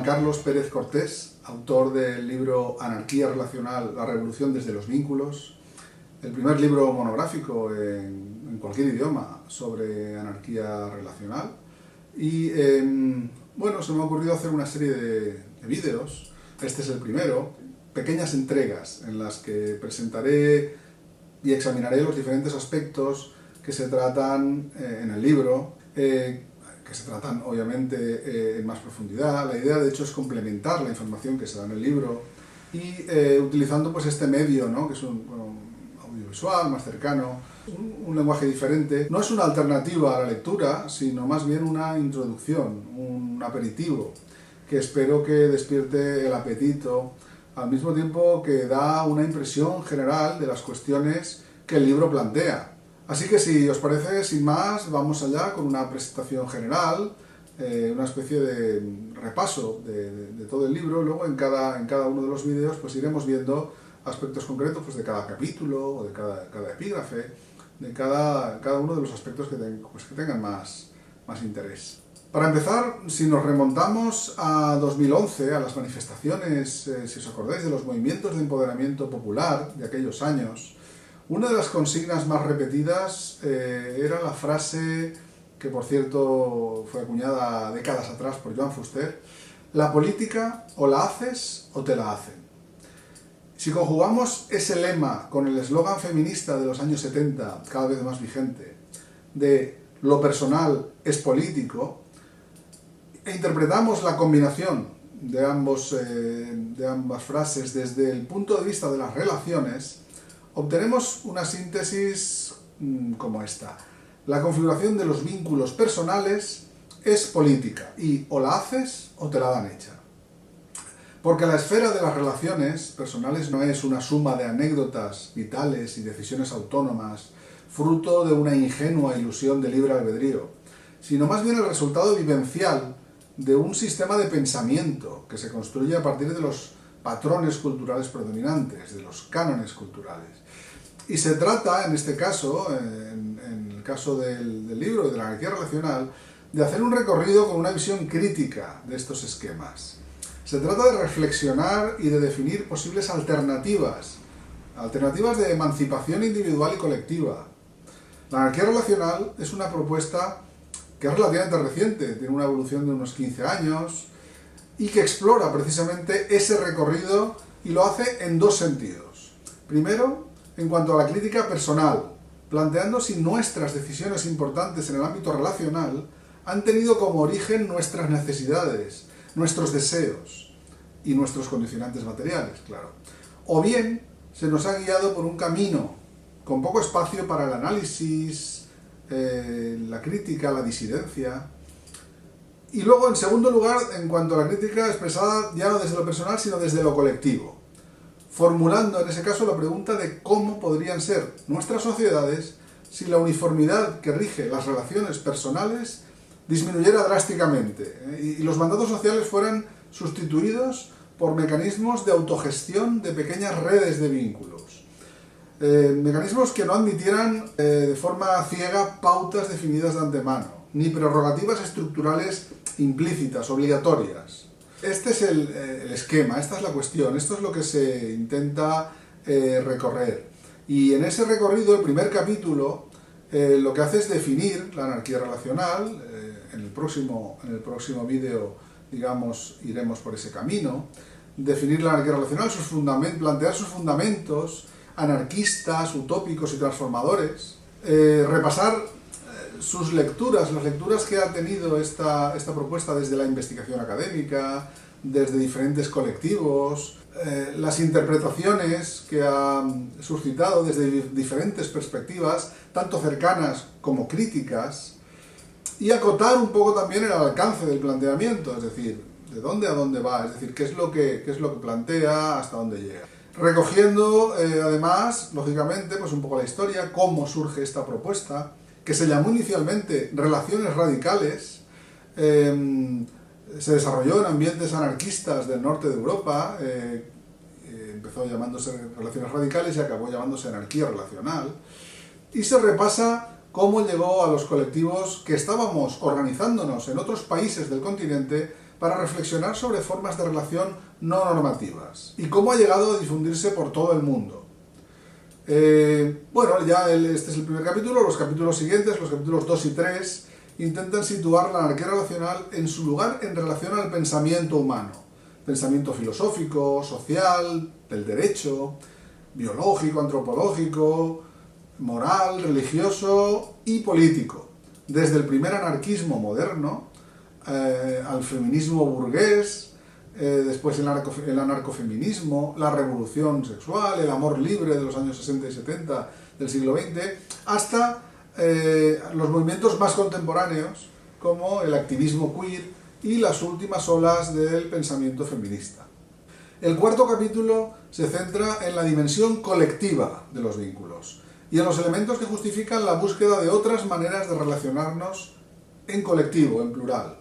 Carlos Pérez Cortés, autor del libro Anarquía relacional, la revolución desde los vínculos, el primer libro monográfico en cualquier idioma sobre anarquía relacional. Y bueno, se me ha ocurrido hacer una serie de vídeos, este es el primero, pequeñas entregas en las que presentaré y examinaré los diferentes aspectos que se tratan en el libro, que se tratan obviamente en más profundidad. La idea de hecho es complementar la información que se da en el libro y utilizando pues este medio, ¿no? Que es un audiovisual más cercano, un lenguaje diferente. No es una alternativa a la lectura, sino más bien una introducción, un aperitivo, que espero que despierte el apetito, al mismo tiempo que da una impresión general de las cuestiones que el libro plantea. Así que si os parece, sin más, vamos allá con una presentación general, una especie de repaso de todo el libro. Luego en cada uno de los vídeos pues iremos viendo aspectos concretos pues, de cada capítulo o de cada epígrafe, de cada uno de los aspectos que tengan más interés. Para empezar, si nos remontamos a 2011, a las manifestaciones, si os acordáis, de los movimientos de empoderamiento popular de aquellos años, una de las consignas más repetidas era la frase, que por cierto fue acuñada décadas atrás por Joan Fuster: la política o la haces o te la hacen. Si conjugamos ese lema con el eslogan feminista de los años 70, cada vez más vigente, de lo personal es político, e interpretamos la combinación de ambas frases desde el punto de vista de las relaciones, obtenemos una síntesis como esta. La configuración de los vínculos personales es política y o la haces o te la dan hecha. Porque la esfera de las relaciones personales no es una suma de anécdotas vitales y decisiones autónomas, fruto de una ingenua ilusión de libre albedrío, sino más bien el resultado vivencial de un sistema de pensamiento que se construye a partir de los patrones culturales predominantes, de los cánones culturales. Y se trata, en este caso, en el caso del libro de la anarquía relacional, de hacer un recorrido con una visión crítica de estos esquemas. Se trata de reflexionar y de definir posibles alternativas de emancipación individual y colectiva. La anarquía relacional es una propuesta que es relativamente reciente, tiene una evolución de unos 15 años, y que explora precisamente ese recorrido y lo hace en dos sentidos. Primero, en cuanto a la crítica personal, planteando si nuestras decisiones importantes en el ámbito relacional han tenido como origen nuestras necesidades, nuestros deseos y nuestros condicionantes materiales, claro. O bien se nos ha guiado por un camino con poco espacio para el análisis, la crítica, la disidencia. Y luego, en segundo lugar, en cuanto a la crítica expresada ya no desde lo personal, sino desde lo colectivo, formulando en ese caso la pregunta de cómo podrían ser nuestras sociedades si la uniformidad que rige las relaciones personales disminuyera drásticamente y los mandatos sociales fueran sustituidos por mecanismos de autogestión de pequeñas redes de vínculos. Mecanismos que no admitieran de forma ciega pautas definidas de antemano, ni prerrogativas estructurales implícitas, obligatorias. Este es el esquema, esta es la cuestión, esto es lo que se intenta recorrer. Y en ese recorrido, el primer capítulo, lo que hace es definir la anarquía relacional. En el próximo vídeo, digamos, iremos por ese camino. Definir la anarquía relacional, plantear sus fundamentos anarquistas, utópicos y transformadores, repasar sus lecturas, las lecturas que ha tenido esta propuesta desde la investigación académica, desde diferentes colectivos, las interpretaciones que ha suscitado desde diferentes perspectivas, tanto cercanas como críticas, y acotar un poco también el alcance del planteamiento, es decir, de dónde a dónde va, es decir, qué es lo que plantea, hasta dónde llega. Recogiendo, además, lógicamente, pues un poco la historia, cómo surge esta propuesta, que se llamó inicialmente Relaciones Radicales, se desarrolló en ambientes anarquistas del norte de Europa, empezó llamándose Relaciones Radicales y acabó llamándose Anarquía Relacional, y se repasa cómo llegó a los colectivos que estábamos organizándonos en otros países del continente para reflexionar sobre formas de relación no normativas y cómo ha llegado a difundirse por todo el mundo. Este es el primer capítulo. Los capítulos siguientes, los capítulos 2 y 3, intentan situar la anarquía relacional en su lugar en relación al pensamiento humano. Pensamiento filosófico, social, del derecho, biológico, antropológico, moral, religioso y político. Desde el primer anarquismo moderno al feminismo burgués, después el anarcofeminismo, la revolución sexual, el amor libre de los años 60 y 70 del siglo XX, hasta los movimientos más contemporáneos como el activismo queer y las últimas olas del pensamiento feminista. El cuarto capítulo se centra en la dimensión colectiva de los vínculos y en los elementos que justifican la búsqueda de otras maneras de relacionarnos en colectivo, en plural.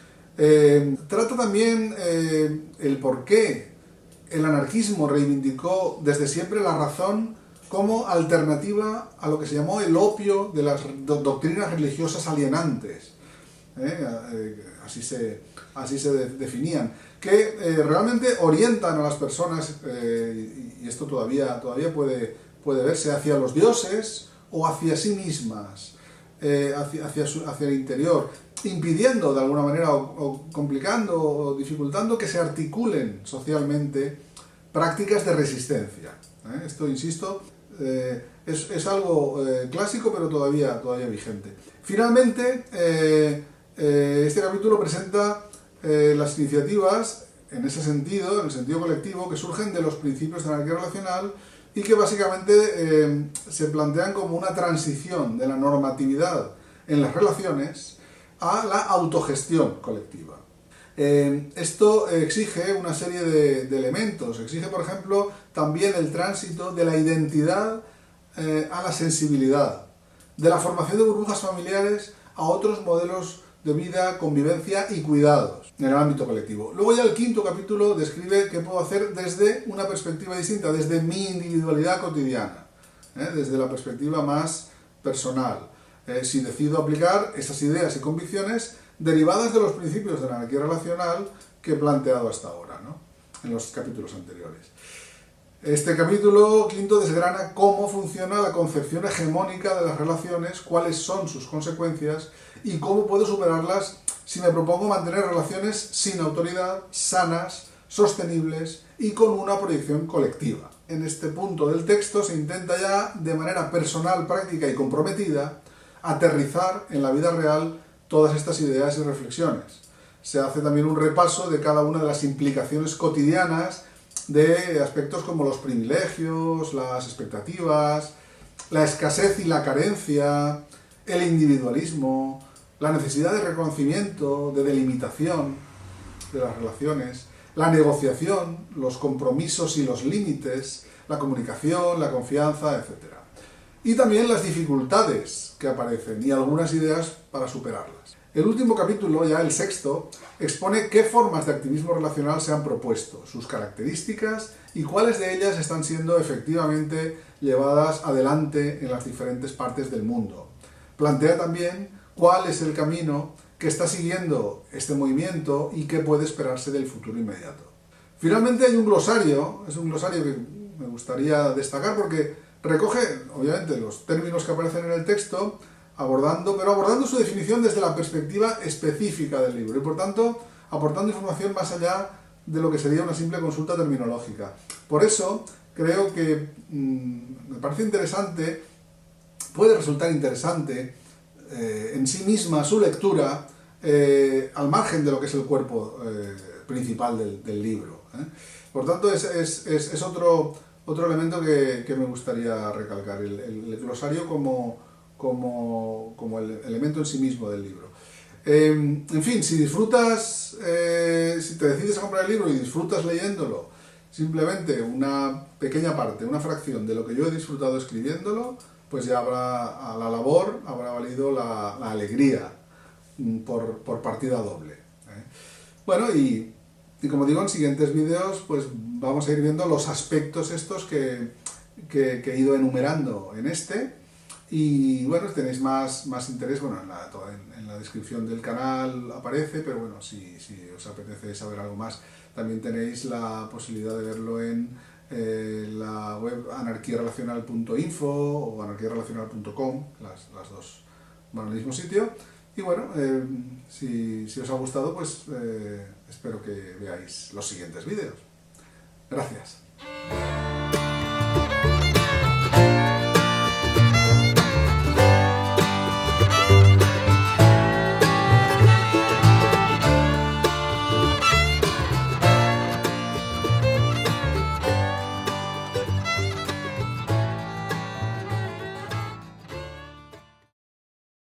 Trata también el por qué el anarquismo reivindicó desde siempre la razón como alternativa a lo que se llamó el opio de las doctrinas religiosas alienantes. Así se definían, que realmente orientan a las personas, y esto todavía puede verse, hacia los dioses o hacia sí mismas, hacia el interior, impidiendo de alguna manera o complicando o dificultando que se articulen socialmente prácticas de resistencia. Esto, insisto, es algo clásico, pero todavía vigente. Finalmente, este capítulo presenta las iniciativas en ese sentido, en el sentido colectivo, que surgen de los principios de anarquía relacional y que básicamente se plantean como una transición de la normatividad en las relaciones a la autogestión colectiva. Esto exige una serie de elementos. Exige, por ejemplo, también el tránsito de la identidad a la sensibilidad, de la formación de burbujas familiares a otros modelos de vida, convivencia y cuidados en el ámbito colectivo. Luego ya el quinto capítulo describe qué puedo hacer desde una perspectiva distinta, desde mi individualidad cotidiana, desde la perspectiva más personal. Si decido aplicar esas ideas y convicciones derivadas de los principios de la anarquía relacional que he planteado hasta ahora, ¿no?, en los capítulos anteriores. Este capítulo quinto desgrana cómo funciona la concepción hegemónica de las relaciones, cuáles son sus consecuencias y cómo puedo superarlas si me propongo mantener relaciones sin autoridad, sanas, sostenibles y con una proyección colectiva. En este punto del texto se intenta ya, de manera personal, práctica y comprometida, aterrizar en la vida real todas estas ideas y reflexiones. Se hace también un repaso de cada una de las implicaciones cotidianas de aspectos como los privilegios, las expectativas, la escasez y la carencia, el individualismo, la necesidad de reconocimiento, de delimitación de las relaciones, la negociación, los compromisos y los límites, la comunicación, la confianza, etc. Y también las dificultades que aparecen y algunas ideas para superarlas. El último capítulo, ya el sexto, expone qué formas de activismo relacional se han propuesto, sus características y cuáles de ellas están siendo efectivamente llevadas adelante en las diferentes partes del mundo. Plantea también cuál es el camino que está siguiendo este movimiento y qué puede esperarse del futuro inmediato. Finalmente hay un glosario, es un glosario que me gustaría destacar porque recoge, obviamente, los términos que aparecen en el texto, abordando su definición desde la perspectiva específica del libro y, por tanto, aportando información más allá de lo que sería una simple consulta terminológica. Por eso, creo que me parece interesante, puede resultar interesante en sí misma su lectura al margen de lo que es el cuerpo principal del libro. Por tanto, es otro elemento que me gustaría recalcar, el glosario como el elemento en sí mismo del libro. En fin, si disfrutas, si te decides a comprar el libro y disfrutas leyéndolo, simplemente una pequeña parte, una fracción de lo que yo he disfrutado escribiéndolo, pues ya habrá valido la alegría por partida doble. Bueno, y como digo, en siguientes vídeos pues vamos a ir viendo los aspectos estos que he ido enumerando en este, Y bueno, si tenéis más interés, bueno, en la descripción del canal aparece, pero bueno, si os apetece saber algo más, también tenéis la posibilidad de verlo en la web anarquiarelacional.info o anarquiarelacional.com, las dos van al mismo sitio. Y bueno, si os ha gustado, pues espero que veáis los siguientes vídeos. Gracias.